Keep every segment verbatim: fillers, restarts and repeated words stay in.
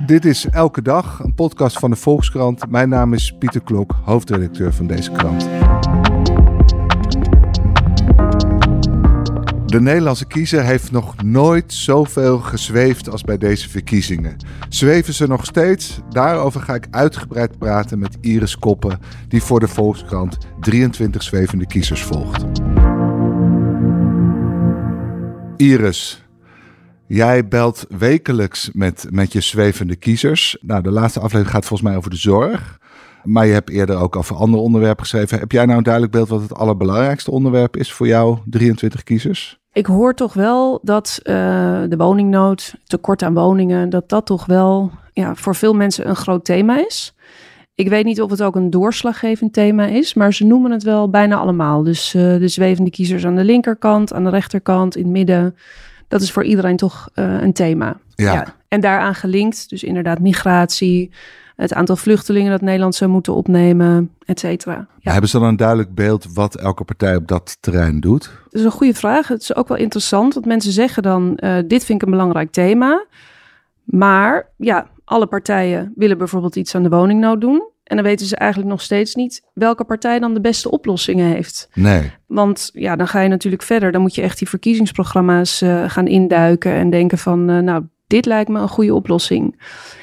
Dit is Elke Dag, een podcast van de Volkskrant. Mijn naam is Pieter Klok, hoofdredacteur van deze krant. De Nederlandse kiezer heeft nog nooit zoveel gezweefd als bij deze verkiezingen. Zweven ze nog steeds? Daarover ga ik uitgebreid praten met Iris Koppen, die voor de Volkskrant drieëntwintig zwevende kiezers volgt. Iris, jij belt wekelijks met, met je zwevende kiezers. Nou, de laatste aflevering gaat volgens mij over de zorg. Maar je hebt eerder ook over andere onderwerpen geschreven. Heb jij nou een duidelijk beeld wat het allerbelangrijkste onderwerp is voor jouw drieëntwintig kiezers? Ik hoor toch wel dat uh, de woningnood, tekort aan woningen, dat dat toch wel ja, voor veel mensen een groot thema is. Ik weet niet of het ook een doorslaggevend thema is, maar ze noemen het wel bijna allemaal. Dus uh, de zwevende kiezers aan de linkerkant, aan de rechterkant, in het midden. Dat is voor iedereen toch uh, een thema. Ja. Ja. En daaraan gelinkt, dus inderdaad migratie, het aantal vluchtelingen dat Nederland zou moeten opnemen, et cetera. Ja. Hebben ze dan een duidelijk beeld wat elke partij op dat terrein doet? Dat is een goede vraag. Het is ook wel interessant, want mensen zeggen dan, uh, dit vind ik een belangrijk thema. Maar ja, alle partijen willen bijvoorbeeld iets aan de woningnood doen. En dan weten ze eigenlijk nog steeds niet welke partij dan de beste oplossingen heeft. Nee. Want ja, dan ga je natuurlijk verder. Dan moet je echt die verkiezingsprogramma's uh, gaan induiken en denken van, uh, nou, dit lijkt me een goede oplossing.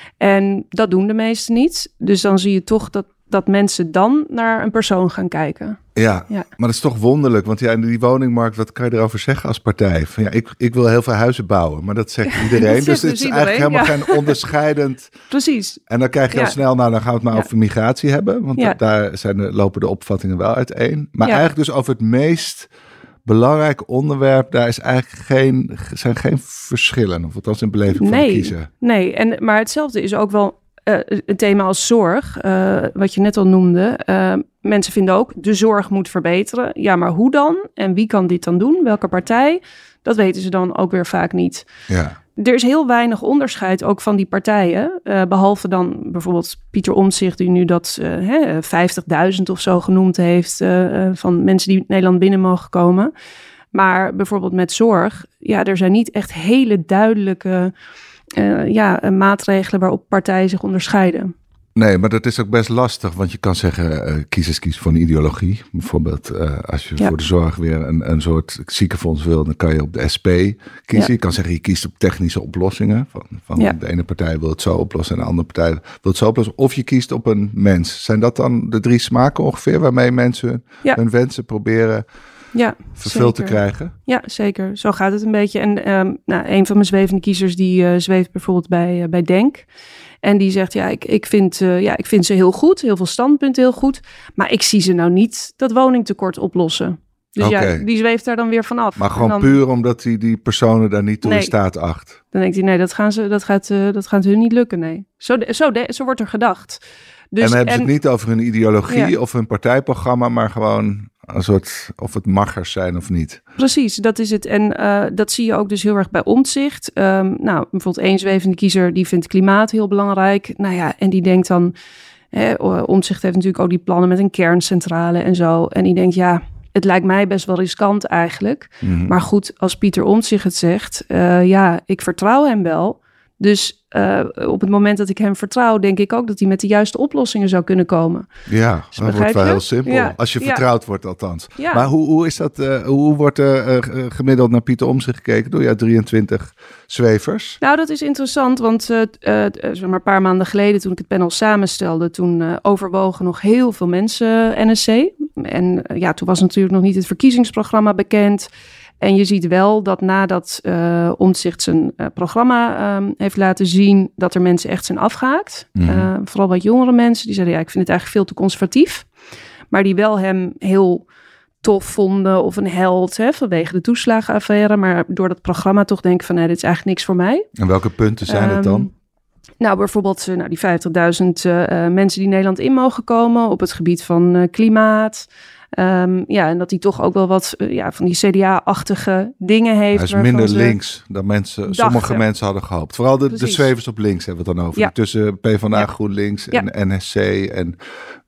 En dat doen de meesten niet. Dus dan zie je toch dat, dat mensen dan naar een persoon gaan kijken. Ja, ja, maar dat is toch wonderlijk. Want ja, in die woningmarkt, wat kan je erover zeggen als partij? Van, ja, ik, ik wil heel veel huizen bouwen, maar dat zegt iedereen. dat zegt dus het dus is iedereen, eigenlijk helemaal ja. geen onderscheidend. Precies. En dan krijg je al ja. snel, nou dan gaan we het maar ja. over migratie hebben. Want ja. daar zijn de, lopen de opvattingen wel uiteen. Maar ja. eigenlijk dus over het meest belangrijk onderwerp, daar is eigenlijk geen, zijn geen verschillen. Of althans in beleving van nee, de kiezer. Nee, en, maar hetzelfde is ook wel uh, een thema als zorg, uh, wat je net al noemde. Uh, mensen vinden ook, de zorg moet verbeteren. Ja, maar hoe dan? En wie kan dit dan doen? Welke partij? Dat weten ze dan ook weer vaak niet. Ja. Er is heel weinig onderscheid ook van die partijen. Uh, behalve dan bijvoorbeeld Pieter Omtzigt, die nu dat uh, vijftigduizend of zo genoemd heeft uh, van mensen die Nederland binnen mogen komen. Maar bijvoorbeeld met zorg, ja, er zijn niet echt hele duidelijke uh, ja, maatregelen waarop partijen zich onderscheiden. Nee, maar dat is ook best lastig, want je kan zeggen, uh, kiezers kiezen voor een ideologie. Bijvoorbeeld uh, als je ja. voor de zorg weer een, een soort ziekenfonds wil, dan kan je op de S P kiezen. Ja. Je kan zeggen, je kiest op technische oplossingen. Van, van ja. de ene partij wil het zo oplossen en de andere partij wil het zo oplossen. Of je kiest op een mens. Zijn dat dan de drie smaken ongeveer waarmee mensen ja. hun wensen proberen ja, vervuld zeker. te krijgen? Ja, zeker. Zo gaat het een beetje. En um, nou, een van mijn zwevende kiezers, die uh, zweeft bijvoorbeeld bij, uh, bij Denk. En die zegt, ja ik, ik, vind, uh, ja, ik vind ze heel goed, heel veel standpunten heel goed. Maar ik zie ze nou niet dat woningtekort oplossen. Dus okay. ja, die zweeft daar dan weer vanaf. Maar gewoon dan, puur omdat hij die personen daar niet toe nee, in staat acht. Dan denkt hij, nee, dat, gaan ze, dat, gaat, uh, dat gaat hun niet lukken, nee. Zo, de, zo, de, zo wordt er gedacht. Dus, en dan hebben en, ze het niet over hun ideologie ja. of hun partijprogramma, maar gewoon een soort of het mag er zijn of niet. Precies, dat is het. En uh, dat zie je ook dus heel erg bij Omtzigt. Um, nou, bijvoorbeeld één zwevende kiezer die vindt klimaat heel belangrijk. Nou ja, en die denkt dan, hè, Omtzigt heeft natuurlijk ook die plannen met een kerncentrale en zo. En die denkt, ja, het lijkt mij best wel riskant eigenlijk. Mm-hmm. Maar goed, als Pieter Omtzigt het zegt, uh, ja, ik vertrouw hem wel. Dus uh, op het moment dat ik hem vertrouw, denk ik ook dat hij met de juiste oplossingen zou kunnen komen. Ja, dus dat wordt wel je? heel simpel. Ja, als je ja. vertrouwd wordt althans. Ja. Maar hoe, hoe is dat? Uh, hoe wordt er uh, gemiddeld naar Pieter Omtzigt gekeken door jouw drieëntwintig zwevers? Nou, dat is interessant, want uh, uh, zeg maar een paar maanden geleden toen ik het panel samenstelde, toen uh, overwogen nog heel veel mensen uh, N S C. En uh, ja, toen was natuurlijk nog niet het verkiezingsprogramma bekend. En je ziet wel dat nadat uh, Omtzigt zijn uh, programma um, heeft laten zien, dat er mensen echt zijn afgehaakt. Mm-hmm. Uh, vooral wat jongere mensen, die zeiden, ja, ik vind het eigenlijk veel te conservatief. Maar die wel hem heel tof vonden of een held, hè, vanwege de toeslagenaffaire. Maar door dat programma toch denken van, nee, dit is eigenlijk niks voor mij. En welke punten zijn um, het dan? Nou, bijvoorbeeld nou, die vijftigduizend uh, mensen die Nederland in mogen komen op het gebied van uh, klimaat. Um, ja, en dat hij toch ook wel wat uh, ja, van die C D A-achtige dingen heeft. Hij is minder links dan mensen, dachten. sommige mensen hadden gehoopt. Vooral de, de zwevers op links hebben we het dan over. Ja. Tussen PvdA, ja. GroenLinks en ja. N S C en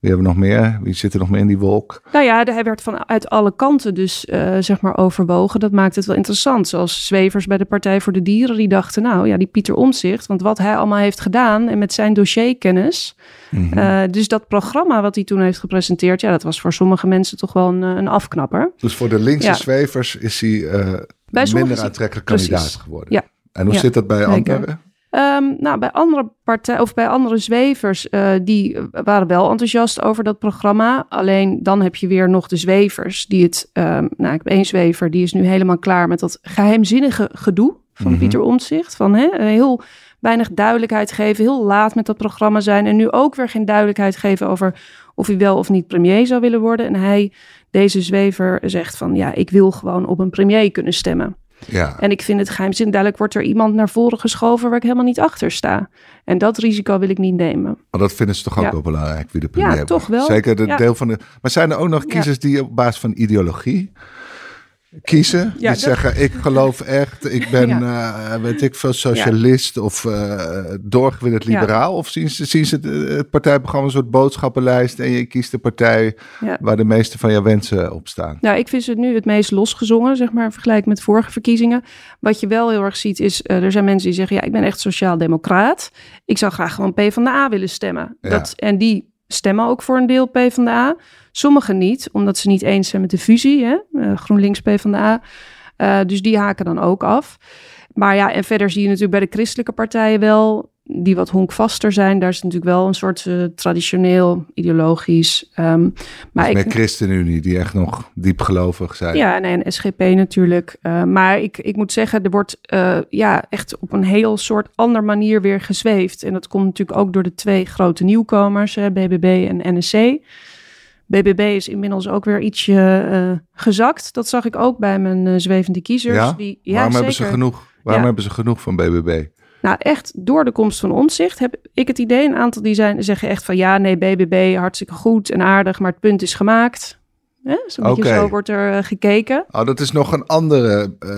Wie hebben we nog meer? Wie zit er nog meer in die wolk? Nou ja, hij werd vanuit alle kanten dus uh, zeg maar overwogen. Dat maakt het wel interessant. Zoals zwevers bij de Partij voor de Dieren. Die dachten, nou ja, die Pieter Omtzigt. Want wat hij allemaal heeft gedaan en met zijn dossierkennis. Mm-hmm. Uh, dus dat programma wat hij toen heeft gepresenteerd. Ja, dat was voor sommige mensen toch wel een, een afknapper. Dus voor de linkse ja. zwevers is hij uh, een minder aantrekkelijk kandidaat Precies. geworden. Ja. En hoe ja. zit dat bij anderen? Um, nou, bij andere partijen of bij andere zwevers, uh, die waren wel enthousiast over dat programma. Alleen dan heb je weer nog de zwevers die het. Um, nou, ik heb één zwever die is nu helemaal klaar met dat geheimzinnige gedoe van mm-hmm. Pieter Omtzigt. Van hè, heel weinig duidelijkheid geven, heel laat met dat programma zijn en nu ook weer geen duidelijkheid geven over of hij wel of niet premier zou willen worden. En hij, deze zwever, zegt van ja, ik wil gewoon op een premier kunnen stemmen. Ja. En ik vind het geheimzinnig. Duidelijk wordt er iemand naar voren geschoven waar ik helemaal niet achter sta. En dat risico wil ik niet nemen. Maar dat vinden ze toch ook ja. wel belangrijk, wie de premier ja, wordt. Toch wel. Zeker de ja. deel van de. Maar zijn er ook nog kiezers ja. die op basis van ideologie kiezen? Ja, die dat... zeggen, ik geloof echt, ik ben, ja. uh, weet ik veel, socialist ja. of uh, doorgewinterd liberaal. Ja. Of zien ze, zien ze het partijprogramma een soort boodschappenlijst en je kiest de partij ja. waar de meeste van jouw wensen op staan? Nou, ik vind ze nu het meest losgezongen, zeg maar, in vergelijking met vorige verkiezingen. Wat je wel heel erg ziet is, uh, er zijn mensen die zeggen, ja, ik ben echt sociaal-democraat. Ik zou graag gewoon PvdA willen stemmen. Ja. Dat, en die stemmen ook voor een deel PvdA. Sommigen niet, omdat ze niet eens zijn met de fusie, hè? Uh, GroenLinks PvdA. Uh, dus die haken dan ook af. Maar ja, en verder zie je natuurlijk bij de christelijke partijen wel, die wat honkvaster zijn. Daar is natuurlijk wel een soort uh, traditioneel, ideologisch. Um, maar dus ik, met ChristenUnie, die echt nog diepgelovig zijn. Ja, nee, en S G P natuurlijk. Uh, maar ik, ik moet zeggen, er wordt uh, ja, echt op een heel soort ander manier weer gezweefd. En dat komt natuurlijk ook door de twee grote nieuwkomers, hè, B B B en N S C. B B B is inmiddels ook weer ietsje uh, gezakt. Dat zag ik ook bij mijn uh, zwevende kiezers. Ja? Die, ja, Waarom, zeker. hebben ze genoeg? Waarom ja. hebben ze genoeg van B B B? Nou, echt door de komst van Omtzigt heb ik het idee. Een aantal die zijn, zeggen echt van ja, nee, B B B hartstikke goed en aardig, maar het punt is gemaakt. Hè? Zo'n okay. beetje zo wordt er uh, gekeken. Oh, dat is nog een andere uh,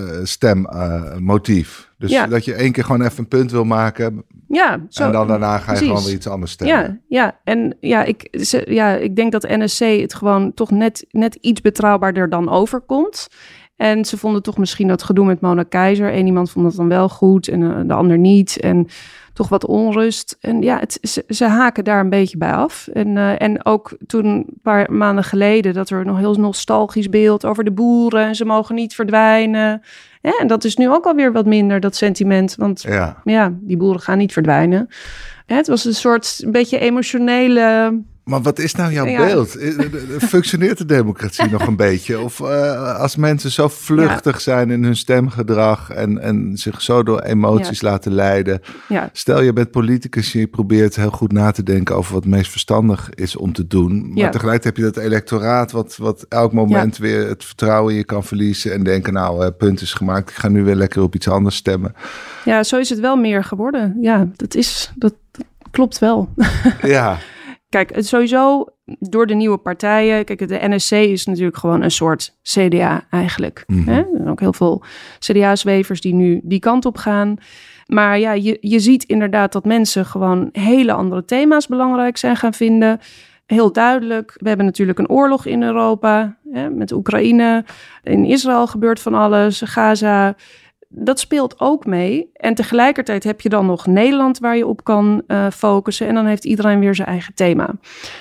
stemmotief. Uh, dus ja. dat je één keer gewoon even een punt wil maken. Ja, zo, en dan daarna ga je precies. gewoon weer iets anders stemmen. Ja, ja. en ja ik, ze, ja, ik denk dat N S C het gewoon toch net, net iets betrouwbaarder dan overkomt. En ze vonden toch misschien dat gedoe met Mona Keizer. Eén iemand vond het dan wel goed en uh, de ander niet. En toch wat onrust. En ja, het, ze, ze haken daar een beetje bij af. En, uh, en ook toen een paar maanden geleden dat er nog heel nostalgisch beeld over de boeren. En ze mogen niet verdwijnen. Ja, en dat is nu ook alweer wat minder, dat sentiment. Want ja, ja die boeren gaan niet verdwijnen. Ja, het was een soort een beetje emotionele. Maar wat is nou jouw ja. beeld? Functioneert de democratie nog een beetje? Of uh, als mensen zo vluchtig ja. zijn in hun stemgedrag en, en zich zo door emoties ja. laten leiden. Ja. Stel je bent politicus en je probeert heel goed na te denken over wat het meest verstandig is om te doen. Maar ja. tegelijkertijd heb je dat electoraat wat, wat elk moment ja. weer het vertrouwen in je kan verliezen. En denken nou, uh, punt is gemaakt. Ik ga nu weer lekker op iets anders stemmen. Ja, zo is het wel meer geworden. Ja, dat, is, dat, dat klopt wel. Ja. Kijk, het sowieso door de nieuwe partijen. Kijk, de N S C is natuurlijk gewoon een soort C D A eigenlijk. Mm-hmm. Hè? Er zijn ook heel veel C D A-zwevers die nu die kant op gaan. Maar ja, je, je ziet inderdaad dat mensen gewoon hele andere thema's belangrijk zijn gaan vinden. Heel duidelijk. We hebben natuurlijk een oorlog in Europa. Hè, met Oekraïne. In Israël gebeurt van alles. Gaza. Dat speelt ook mee. En tegelijkertijd heb je dan nog Nederland waar je op kan uh, focussen. En dan heeft iedereen weer zijn eigen thema.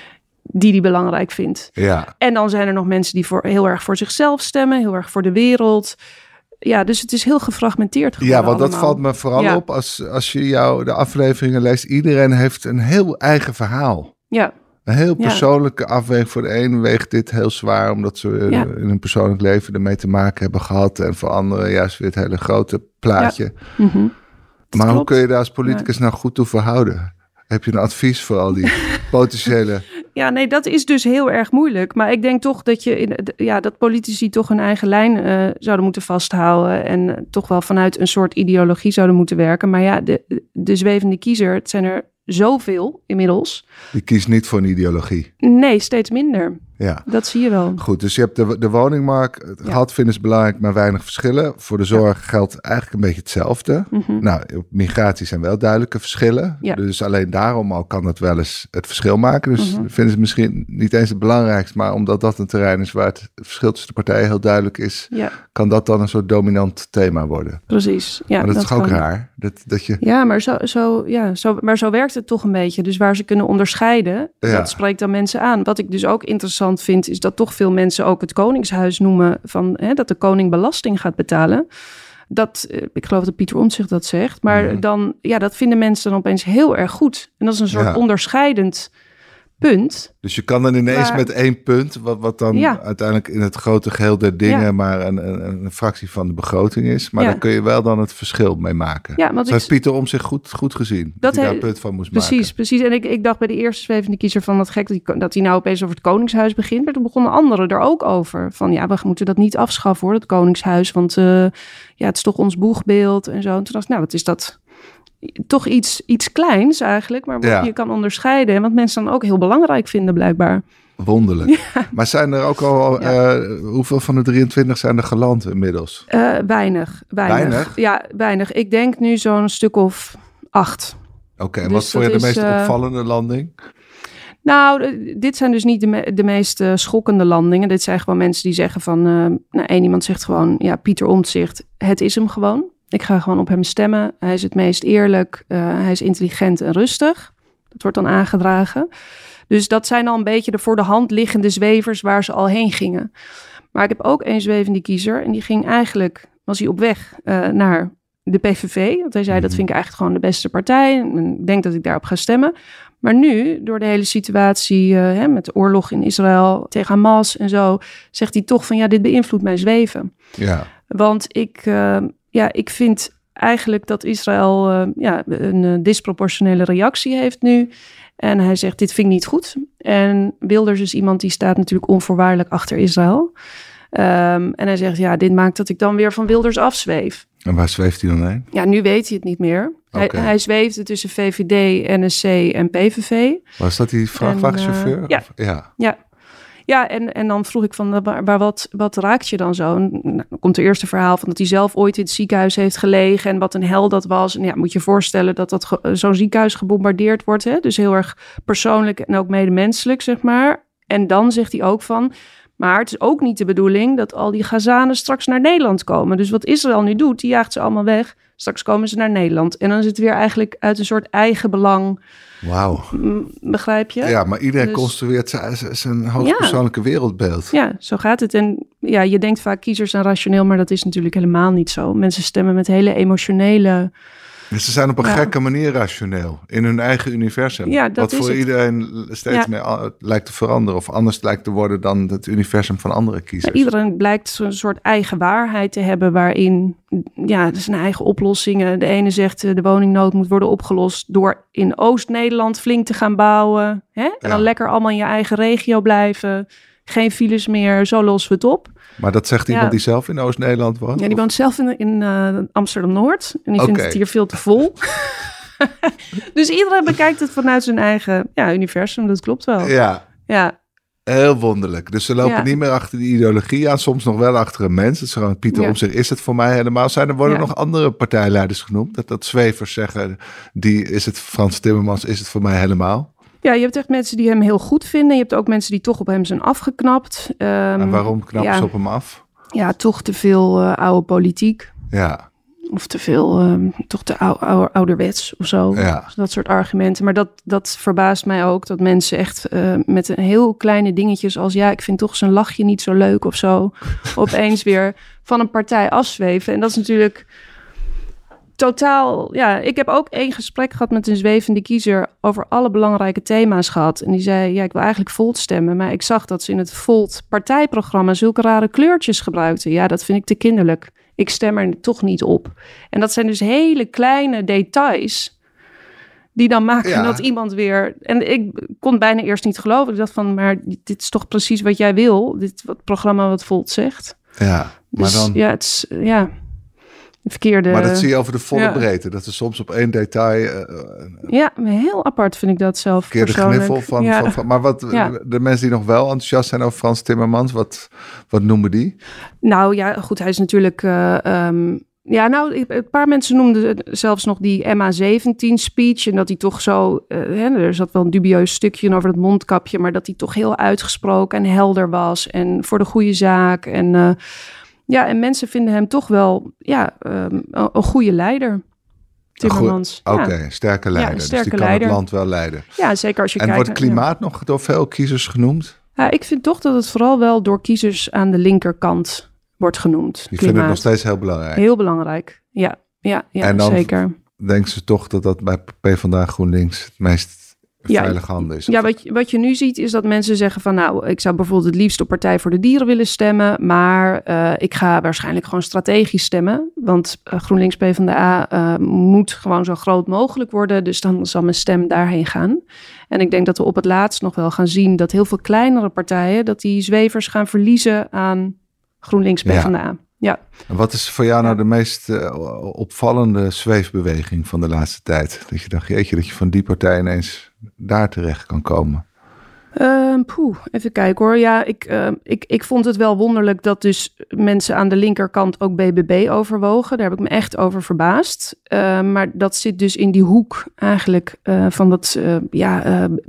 Die die belangrijk vindt. Ja. En dan zijn er nog mensen die voor, heel erg voor zichzelf stemmen. Heel erg voor de wereld. Ja, dus het is heel gefragmenteerd geworden. Ja, want dat allemaal. valt me vooral ja. op als, als je jou de afleveringen leest. Iedereen heeft een heel eigen verhaal. Ja. Een heel persoonlijke ja. afweging. Voor de een weegt dit heel zwaar, omdat ze ja. in hun persoonlijk leven ermee te maken hebben gehad. En voor anderen juist weer het hele grote plaatje. Ja. Mm-hmm. Maar klopt. Hoe kun je daar als politicus ja. nou goed toe verhouden? Heb je een advies voor al die potentiële... Ja, nee, dat is dus heel erg moeilijk. Maar ik denk toch dat, je in, ja, dat politici toch hun eigen lijn uh, zouden moeten vasthouden. En uh, toch wel vanuit een soort ideologie zouden moeten werken. Maar ja, de, de zwevende kiezer, het zijn er zoveel inmiddels. Die kiest niet voor een ideologie. Nee, steeds minder. Ja. Dat zie je wel. Goed, dus je hebt de, de woningmarkt. Het Ja. geld vinden is belangrijk, maar weinig verschillen. Voor de zorg ja. geldt eigenlijk een beetje hetzelfde. Mm-hmm. Nou, op migratie zijn wel duidelijke verschillen. Ja. Dus alleen daarom al kan het wel eens het verschil maken. Dus Mm-hmm. vinden ze misschien niet eens het belangrijkste, maar omdat dat een terrein is waar het verschil tussen de partijen heel duidelijk is, Ja. kan dat dan een soort dominant thema worden. Precies. Ja, maar dat, dat is toch ook kan. raar? Dat, dat je... Ja, maar zo, zo, ja zo, maar zo werkt het toch een beetje. Dus waar ze kunnen onderscheiden, Ja. dat spreekt dan mensen aan. Wat ik dus ook interessant vind, is dat toch veel mensen ook het Koningshuis noemen van hè, dat de koning belasting gaat betalen. Dat, ik geloof dat Pieter Omtzigt dat zegt. Maar Mm. dan, ja, dat vinden mensen dan opeens heel erg goed. En dat is een soort Ja. onderscheidend punt. Dus je kan dan ineens Maar- met één punt, wat, wat dan Ja. uiteindelijk in het grote geheel der dingen Ja. maar een, een, een fractie van de begroting is. Maar Ja. daar kun je wel dan het verschil mee maken. Ja, want Dat ik- heeft Pieter om zich goed, goed gezien. Dat, Dat hij daar he- een punt van moest Precies, maken. precies. En ik, ik dacht bij de eerste zwevende kiezer van wat gek dat hij, dat hij nou opeens over het Koningshuis begint. Maar toen begonnen anderen er ook over. Van ja, we moeten dat niet afschaffen hoor, het Koningshuis. Want uh, ja, het is toch ons boegbeeld en zo. En toen dacht ik, nou, wat is dat? Toch iets, iets kleins eigenlijk, maar wat Ja. je kan onderscheiden. En wat mensen dan ook heel belangrijk vinden blijkbaar. Wonderlijk. Maar zijn er ook al, Ja. uh, hoeveel van de drieëntwintig zijn er geland inmiddels? Uh, weinig, weinig. Weinig? Ja, weinig. Ik denk nu zo'n stuk of acht. Oké, okay, en Dus wat vond je dat de is, meest uh, opvallende landing? Nou, d- dit zijn dus niet de, me- de meest uh, schokkende landingen. Dit zijn gewoon mensen die zeggen van... Uh, nou, één iemand zegt gewoon, ja, Pieter Omtzigt, het is hem gewoon. Ik ga gewoon op hem stemmen. Hij is het meest eerlijk. Uh, hij is intelligent en rustig. Dat wordt dan aangedragen. Dus dat zijn al een beetje de voor de hand liggende zwevers waar ze al heen gingen. Maar ik heb ook een zwevende kiezer. En die ging eigenlijk, was hij op weg uh, naar de P V V. Want hij zei, dat vind ik eigenlijk gewoon de beste partij. En ik denk dat ik daarop ga stemmen. Maar nu, door de hele situatie uh, hè, met de oorlog in Israël tegen Hamas en zo, zegt hij toch van ja, dit beïnvloedt mijn zweven. Ja. Want ik, uh, ja, ik vind eigenlijk dat Israël uh, ja, een uh, disproportionele reactie heeft nu. En hij zegt, dit vind ik niet goed. En Wilders is iemand die staat natuurlijk onvoorwaardelijk achter Israël. Um, en hij zegt, ja, dit maakt dat ik dan weer van Wilders afzweef. En waar zweeft hij dan heen? Ja, nu weet hij het niet meer. Okay. Hij, hij zweefde tussen V V D, N S C en P V V. Was dat die vrachtwagenchauffeur? Uh, ja. ja. Ja. Ja, en, en dan vroeg ik van, waar, waar wat, wat raakt je dan zo? En, nou, dan komt het eerste verhaal van dat hij zelf ooit in het ziekenhuis heeft gelegen en wat een hel dat was. En ja, moet je voorstellen dat, dat ge, zo'n ziekenhuis gebombardeerd wordt. Hè? Dus heel erg persoonlijk en ook medemenselijk, zeg maar. En dan zegt hij ook van, maar het is ook niet de bedoeling dat al die Gazanen straks naar Nederland komen. Dus wat Israël nu doet, die jaagt ze allemaal weg. Straks komen ze naar Nederland. En dan is het weer eigenlijk uit een soort eigen belang. Wauw. Begrijp je? Ja, maar iedereen dus, construeert zijn, zijn hoogpersoonlijke ja. wereldbeeld. Ja, zo gaat het. En ja, je denkt vaak kiezers zijn rationeel, maar dat is natuurlijk helemaal niet zo. Mensen stemmen met hele emotionele... Dus ze zijn op een ja. gekke manier rationeel. In hun eigen universum. Ja, dat wat is voor het. iedereen steeds ja. meer lijkt te veranderen. Of anders lijkt te worden dan het universum van andere kiezers. Ja, iedereen blijkt een soort eigen waarheid te hebben. Waarin, ja, zijn eigen oplossingen. De ene zegt de woningnood moet worden opgelost door in Oost-Nederland flink te gaan bouwen. Hè? En ja. dan lekker allemaal in je eigen regio blijven. Geen files meer, zo lossen we het op. Maar dat zegt iemand ja. die zelf in Oost-Nederland woont? Ja, die woont zelf in, in uh, Amsterdam-Noord. En die okay. vindt het hier veel te vol. Dus iedereen bekijkt het vanuit zijn eigen ja, universum. Dat klopt wel. Ja. Ja. Heel wonderlijk. Dus ze lopen ja. niet meer achter die ideologie aan. Soms nog wel achter een mens. Het is gewoon Pieter ja. Omtzigt, is het voor mij helemaal. Zijn er worden ja. nog andere partijleiders genoemd? Dat, dat zwevers zeggen, die is het Frans Timmermans, is het voor mij helemaal? Ja, je hebt echt mensen die hem heel goed vinden. Je hebt ook mensen die toch op hem zijn afgeknapt. Um, en waarom knappen ja, ze op hem af? Ja, toch te veel uh, oude politiek. Ja. Of te veel, um, toch te ou, ou, ouderwets of zo. Ja. Dus dat soort argumenten. Maar dat, dat verbaast mij ook. Dat mensen echt uh, met een heel kleine dingetjes als... ja, ik vind toch zijn lachje niet zo leuk of zo... opeens weer van een partij afzweven. En dat is natuurlijk... Totaal, ja. Ik heb ook één gesprek gehad met een zwevende kiezer over alle belangrijke thema's gehad. En die zei, ja, ik wil eigenlijk Volt stemmen. Maar ik zag dat ze in het Volt partijprogramma zulke rare kleurtjes gebruikten. Ja, dat vind ik te kinderlijk. Ik stem er toch niet op. En dat zijn dus hele kleine details die dan maken ja. dat iemand weer... En ik kon bijna eerst niet geloven. Ik dacht van, maar dit is toch precies wat jij wil? Dit wat programma wat Volt zegt. Ja, maar dus, dan... Ja, het is... Ja. verkeerde... Maar dat zie je over de volle ja. breedte. Dat is soms op één detail... Uh, ja, heel apart vind ik dat zelf verkeerde persoonlijk. Gniffel van, ja. van, van... Maar wat ja. de mensen die nog wel enthousiast zijn over Frans Timmermans... Wat, wat noemen die? Nou ja, goed, hij is natuurlijk... Uh, um, ja, nou, een paar mensen noemden zelfs nog die M A zeventien speech... en dat hij toch zo... Uh, hè, er zat wel een dubieus stukje over het mondkapje... maar dat hij toch heel uitgesproken en helder was... en voor de goede zaak. En uh, ja, en mensen vinden hem toch wel ja, um, een, een goede leider. Timmermans. Oké, ja. okay, sterke leider. Ja, sterke dus die kan leider. het land wel leiden. Ja, zeker als je en kijkt... wordt klimaat ja. nog door veel kiezers genoemd? Ja, ik vind toch dat het vooral wel door kiezers aan de linkerkant wordt genoemd. Die klimaat. vinden het nog steeds heel belangrijk. Heel belangrijk, ja, ja, ja en dan zeker. Denken ze toch dat dat bij PvdA GroenLinks het meest ja, veilige handen is? Ja, wat je, wat je nu ziet is dat mensen zeggen van... nou, ik zou bijvoorbeeld het liefst op Partij voor de Dieren willen stemmen... maar uh, ik ga waarschijnlijk gewoon strategisch stemmen. Want uh, GroenLinks PvdA uh, moet gewoon zo groot mogelijk worden... dus dan zal mijn stem daarheen gaan. En ik denk dat we op het laatst nog wel gaan zien... dat heel veel kleinere partijen... dat die zwevers gaan verliezen aan GroenLinks PvdA. Ja. Ja. En wat is voor jou nou de meest uh, opvallende zweefbeweging van de laatste tijd? Dat je dacht, jeetje, dat je van die partij ineens daar terecht kan komen. Uh, poeh, even kijken hoor. Ja, ik, uh, ik, ik vond het wel wonderlijk dat dus mensen aan de linkerkant ook B B B overwogen. Daar heb ik me echt over verbaasd. Uh, maar dat zit dus in die hoek eigenlijk uh, van dat uh, ja, uh,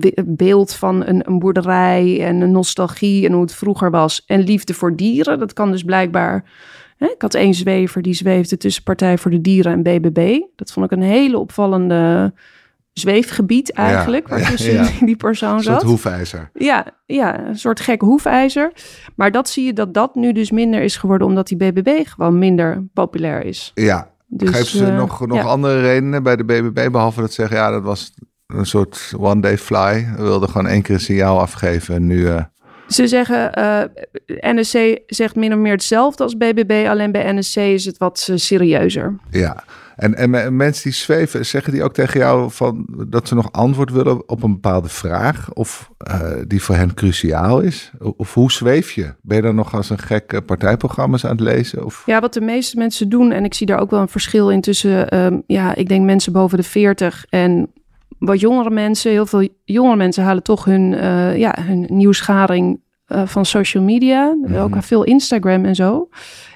beeld van een, een boerderij en een nostalgie en hoe het vroeger was. En liefde voor dieren. Dat kan dus blijkbaar... Hè, ik had één zwever die zweefde tussen Partij voor de Dieren en B B B. Dat vond ik een hele opvallende... zweefgebied eigenlijk, ja, waar ja, tussen ja. die persoon zat. Een soort hoefijzer. Ja, ja, een soort gek hoefijzer. Maar dat zie je dat dat nu dus minder is geworden... omdat die B B B gewoon minder populair is. Ja, dus, geef ze uh, nog, nog ja. andere redenen bij de B B B... behalve dat zeggen, ja, dat was een soort one day fly. We wilden gewoon één keer een signaal afgeven en nu... Uh... Ze zeggen, uh, N S C zegt min of meer hetzelfde als B B B... alleen bij N S C is het wat uh, serieuzer. Ja, En, en mensen die zweven, zeggen die ook tegen jou van dat ze nog antwoord willen op een bepaalde vraag? Of uh, die voor hen cruciaal is? Of hoe zweef je? Ben je dan nog als een gek partijprogramma's aan het lezen? Of? Ja, wat de meeste mensen doen, en ik zie daar ook wel een verschil in tussen, um, ja, ik denk mensen boven de veertig en wat jongere mensen. Heel veel jongere mensen halen toch hun, uh, ja, hun nieuwsgaring uh, van social media. Mm-hmm. Ook veel Instagram en zo.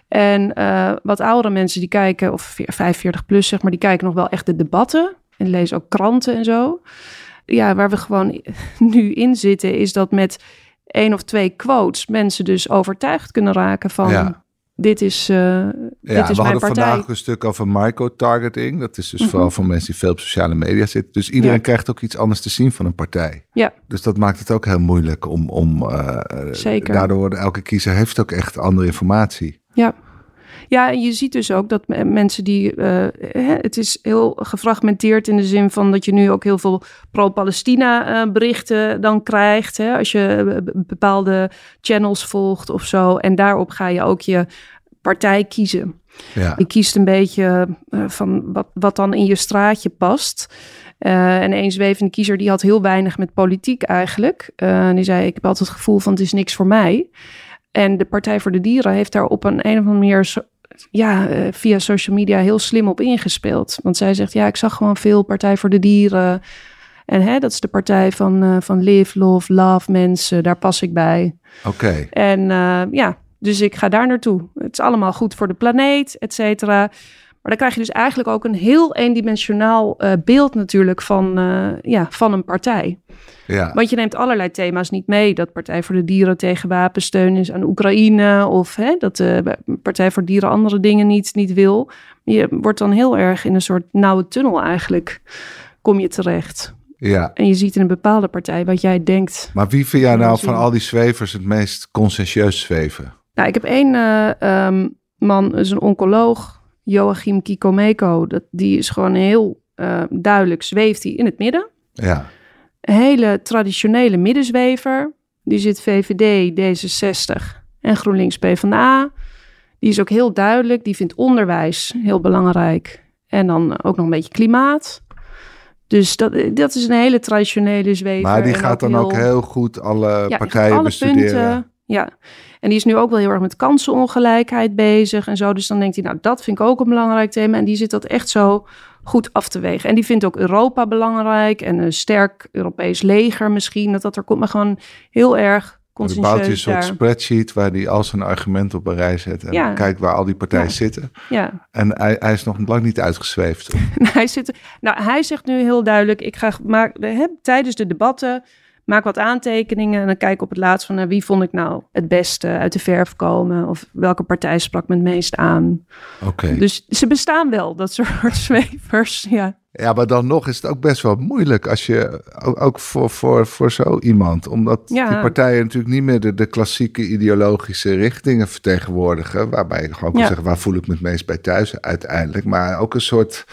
En uh, wat oudere mensen die kijken, of vijfenveertig plus zeg maar, die kijken nog wel echt de debatten. En lezen ook kranten en zo. Ja, waar we gewoon nu in zitten, is dat met één of twee quotes mensen dus overtuigd kunnen raken van... Ja. Dit is, uh, ja, dit is we mijn hadden partij. Vandaag een stuk over microtargeting. Dat is dus Mm-hmm. vooral voor mensen die veel op sociale media zitten. Dus iedereen ja. krijgt ook iets anders te zien van een partij. Ja. Dus dat maakt het ook heel moeilijk om... om uh, Zeker. Daardoor wordt elke kiezer heeft ook echt andere informatie. Ja. Ja, en je ziet dus ook dat mensen die... Uh, het is heel gefragmenteerd in de zin van dat je nu ook heel veel pro-Palestina uh, berichten dan krijgt. Hè, als je bepaalde channels volgt of zo. En daarop ga je ook je partij kiezen. Ja. Je kiest een beetje uh, van wat, wat dan in je straatje past. Uh, en een zwevende kiezer die had heel weinig met politiek eigenlijk. Uh, die zei, ik heb altijd het gevoel van het is niks voor mij. En de Partij voor de Dieren heeft daar op een, een of andere manier... ja, via social media heel slim op ingespeeld. Want zij zegt, ja, ik zag gewoon veel Partij voor de Dieren. En hè, dat is de partij van, uh, van live, love, love mensen. Daar pas ik bij. Oké. Okay. En uh, ja, dus ik ga daar naartoe. Het is allemaal goed voor de planeet, et cetera. Maar dan krijg je dus eigenlijk ook een heel eendimensionaal uh, beeld natuurlijk van, uh, ja, van een partij. Ja. Want je neemt allerlei thema's niet mee. Dat Partij voor de Dieren tegen wapensteun is aan Oekraïne. Of hè, dat de Partij voor Dieren andere dingen niet, niet wil. Je wordt dan heel erg in een soort nauwe tunnel eigenlijk. Kom je terecht. Ja. En je ziet in een bepaalde partij wat jij denkt. Maar wie vind jij nou van al die zwevers het meest conscientieus zweven? Nou, ik heb één uh, um, man, dat is een oncoloog. Joachim Kikomeko. Dat, die is gewoon heel uh, duidelijk zweeft hij in het midden. Ja. Een hele traditionele middenzwever. Die zit V V D, D zesenzestig en GroenLinks PvdA. Die is ook heel duidelijk. Die vindt onderwijs heel belangrijk. En dan ook nog een beetje klimaat. Dus dat, dat is een hele traditionele zwever. Maar die en gaat ook dan heel, ook heel goed alle ja, partijen alle bestuderen. Punten, ja, En die is nu ook wel heel erg met kansenongelijkheid bezig en zo. Dus dan denkt hij, nou, dat vind ik ook een belangrijk thema. En die zit dat echt zo goed af te wegen. En die vindt ook Europa belangrijk en een sterk Europees leger misschien. Dat dat er komt, maar gewoon heel erg conscientieus daar. Er bouwt hij een soort spreadsheet waar hij al zijn argument op een rij zet. En ja. kijkt waar al die partijen ja. zitten. Ja. En hij, hij is nog lang niet uitgezweefd. hij, zit, nou, hij zegt nu heel duidelijk, ik ga maak, hè, tijdens de debatten maak wat aantekeningen en dan kijk ik op het laatst van nou, wie vond ik nou het beste uit de verf komen of welke partij sprak me het meest aan. Okay. Dus ze bestaan wel, dat soort zwevers, ja. Ja, maar dan nog is het ook best wel moeilijk als je, ook, ook voor, voor, voor zo iemand, omdat ja. die partijen natuurlijk niet meer de, de klassieke ideologische richtingen vertegenwoordigen, waarbij je gewoon kan ja. zeggen, waar voel ik me het meest bij thuis uiteindelijk, maar ook een soort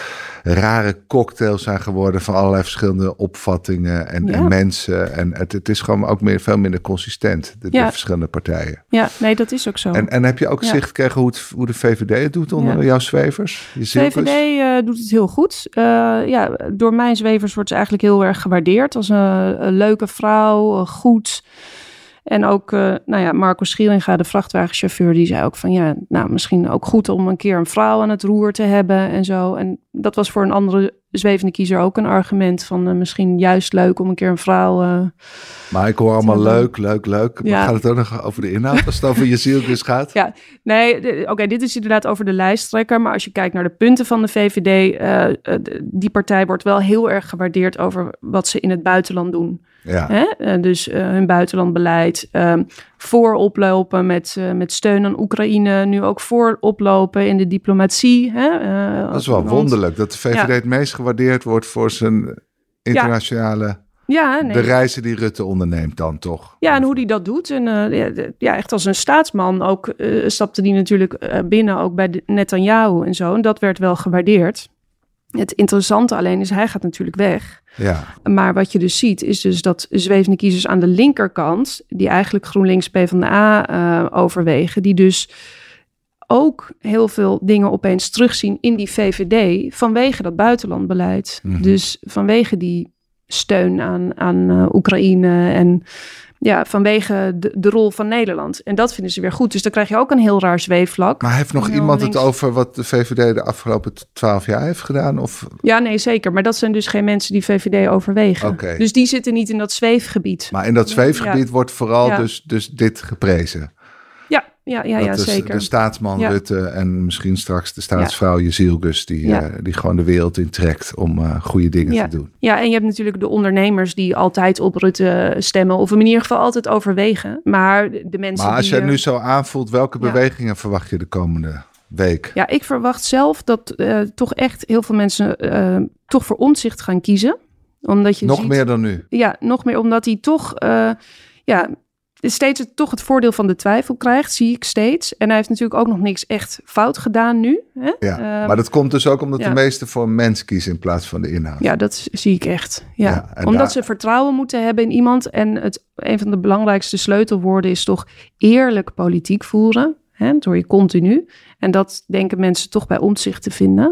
rare cocktails zijn geworden van allerlei verschillende opvattingen en, ja. en mensen. En het, het is gewoon ook meer, veel minder consistent, de, ja. de verschillende partijen. Ja, nee, dat is ook zo. En, en heb je ook ja. zicht gekregen hoe, het, hoe de V V D het doet onder ja. jouw zwevers? De V V D uh, doet het heel goed. Uh, ja, door mijn zwevers wordt ze eigenlijk heel erg gewaardeerd als een, een leuke vrouw, goed. En ook, uh, nou ja, Marco Schieringa, de vrachtwagenchauffeur, die zei ook van ja, nou misschien ook goed om een keer een vrouw aan het roer te hebben en zo. En dat was voor een andere zwevende kiezer ook een argument van uh, misschien juist leuk om een keer een vrouw uh, Maar ik hoor allemaal leuk, leuk, leuk. Maar ja. gaat het ook nog over de inhoud als het over Jezielgus gaat? Ja, nee, oké, okay, dit is inderdaad over de lijsttrekker. Maar als je kijkt naar de punten van de V V D, uh, uh, die partij wordt wel heel erg gewaardeerd over wat ze in het buitenland doen. Ja. Hè? Uh, dus uh, hun buitenlandbeleid, uh, vooroplopen met, uh, met steun aan Oekraïne, nu ook vooroplopen in de diplomatie. Hè? Uh, dat is wel wonderlijk, dat de V V D ja. het meest gewaardeerd wordt voor zijn internationale ja. Ja, nee. de reizen die Rutte onderneemt dan toch. Ja, en hoe die dat doet. En uh, ja, echt als een staatsman ook uh, stapte die natuurlijk uh, binnen, ook bij Netanyahu en zo. En dat werd wel gewaardeerd. Het interessante alleen is, hij gaat natuurlijk weg. Ja. Maar wat je dus ziet, is dus dat zwevende kiezers aan de linkerkant, die eigenlijk GroenLinks PvdA uh, overwegen, die dus ook heel veel dingen opeens terugzien in die V V D vanwege dat buitenlandbeleid. Mm-hmm. Dus vanwege die steun aan, aan uh, Oekraïne en ja, vanwege de, de rol van Nederland. En dat vinden ze weer goed. Dus dan krijg je ook een heel raar zweefvlak. Maar heeft nog iemand links... het over wat de V V D de afgelopen twaalf jaar heeft gedaan? Of? Ja, nee, zeker. Maar dat zijn dus geen mensen die V V D overwegen. Okay. Dus die zitten niet in dat zweefgebied. Maar in dat zweefgebied ja. wordt vooral ja. dus, dus dit geprezen. Ja, ja, ja, ja zeker. De staatsman ja. Rutte en misschien straks de staatsvrouw ja. Jezielgus die, ja. uh, die gewoon de wereld intrekt om uh, goede dingen ja. te doen. Ja, en je hebt natuurlijk de ondernemers die altijd op Rutte stemmen of in ieder geval altijd overwegen. Maar de mensen Maar als die, je het nu zo aanvoelt, welke ja. bewegingen verwacht je de komende week? Ja, ik verwacht zelf dat uh, toch echt heel veel mensen uh, toch voor Omtzigt gaan kiezen. Omdat je nog ziet, meer dan nu? Ja, nog meer omdat hij toch... Uh, ja, steeds het, toch het voordeel van de twijfel krijgt, zie ik steeds. En hij heeft natuurlijk ook nog niks echt fout gedaan nu. Hè? Ja, um, maar dat komt dus ook omdat ja. de meesten voor een mens kiezen in plaats van de inhoud. Ja, dat zie ik echt. Ja. Ja, omdat daar... ze vertrouwen moeten hebben in iemand. En het, een van de belangrijkste sleutelwoorden is toch eerlijk politiek voeren. Hè? Dat hoor je continu. En dat denken mensen toch bij Omtzigt te vinden.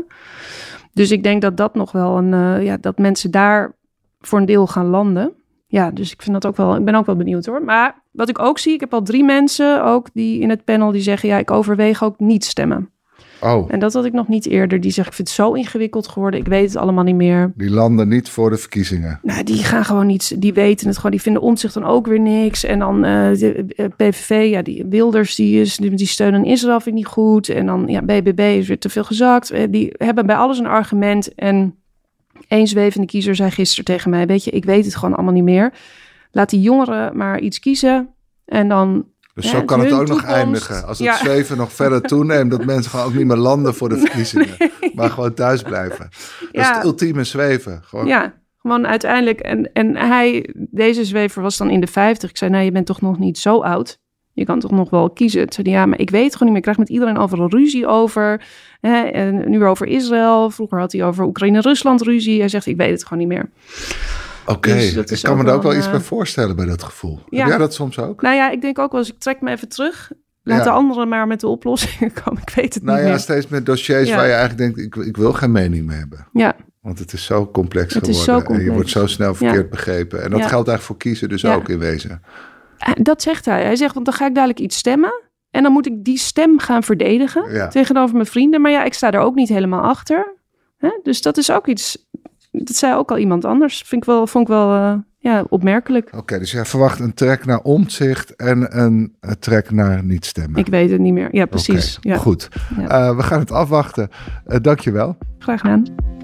Dus ik denk dat dat nog wel een... Uh, ja, dat mensen daar voor een deel gaan landen. Ja, dus ik vind dat ook wel, ik ben ook wel benieuwd hoor. Maar wat ik ook zie, ik heb al drie mensen ook die in het panel die zeggen, ja, ik overweeg ook niet stemmen. Oh. En dat had ik nog niet eerder. Die zeggen, ik vind het zo ingewikkeld geworden, ik weet het allemaal niet meer. Die landen niet voor de verkiezingen. Nou, die gaan gewoon niet, die weten het gewoon, die vinden Omtzigt dan ook weer niks. En dan uh, de uh, P V V, ja, die Wilders, die, is, die, die steun aan Israël vind ik niet goed. En dan, ja, B B B is weer te veel gezakt. Die hebben bij alles een argument en... Eén zwevende kiezer zei gisteren tegen mij, weet je, ik weet het gewoon allemaal niet meer. Laat die jongeren maar iets kiezen en dan... Dus ja, zo kan het ook toekomst. nog eindigen. Als het ja. zweven nog verder toeneemt, dat mensen gewoon ook niet meer landen voor de verkiezingen. Nee. Maar gewoon thuis blijven. Dat ja. is het ultieme zweven. Gewoon. Ja, gewoon uiteindelijk. En, en hij, deze zwever was dan in de vijftig. Ik zei, nou, je bent toch nog niet zo oud. Je kan toch nog wel kiezen. Toen zei hij, ja, maar ik weet het gewoon niet meer. Ik krijg met iedereen overal ruzie over. Hè? En nu over Israël. Vroeger had hij over Oekraïne-Rusland ruzie. Hij zegt, ik weet het gewoon niet meer. Oké, okay. dus ik kan me daar ook wel uh, iets bij voorstellen bij dat gevoel. Ja. Heb jij dat soms ook? Nou ja, ik denk ook wel eens, ik trek me even terug. Laat ja. de anderen maar met de oplossingen komen. Ik weet het nou niet ja, meer. Steeds met dossiers ja. waar je eigenlijk denkt, ik, ik wil geen mening meer hebben. Ja. Want het is zo complex het geworden. Zo complex. En je wordt zo snel verkeerd ja. begrepen. En dat ja. geldt eigenlijk voor kiezen dus ja. ook in wezen. Dat zegt hij. Hij zegt, want dan ga ik dadelijk iets stemmen. En dan moet ik die stem gaan verdedigen ja. tegenover mijn vrienden. Maar ja, ik sta er ook niet helemaal achter. Hè? Dus dat is ook iets... Dat zei ook al iemand anders. Vind ik wel, vond ik wel uh, ja, opmerkelijk. Oké, okay, dus jij verwacht een trek naar Omtzigt en een, een trek naar niet stemmen. Ik weet het niet meer. Ja, precies. Okay, ja. Goed. Ja. Uh, we gaan het afwachten. Uh, Dank je wel. Graag gedaan.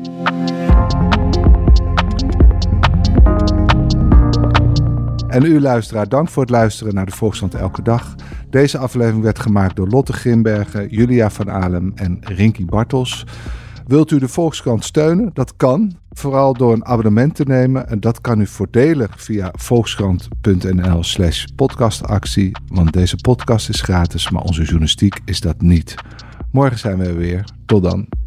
En u luisteraar, dank voor het luisteren naar de Volkskrant Elke Dag. Deze aflevering werd gemaakt door Lotte Grimbergen, Julia van Alem en Rinky Bartels. Wilt u de Volkskrant steunen? Dat kan. Vooral door een abonnement te nemen. En dat kan u voordelig via volkskrant.nl slash podcastactie. Want deze podcast is gratis, maar onze journalistiek is dat niet. Morgen zijn we er weer. Tot dan.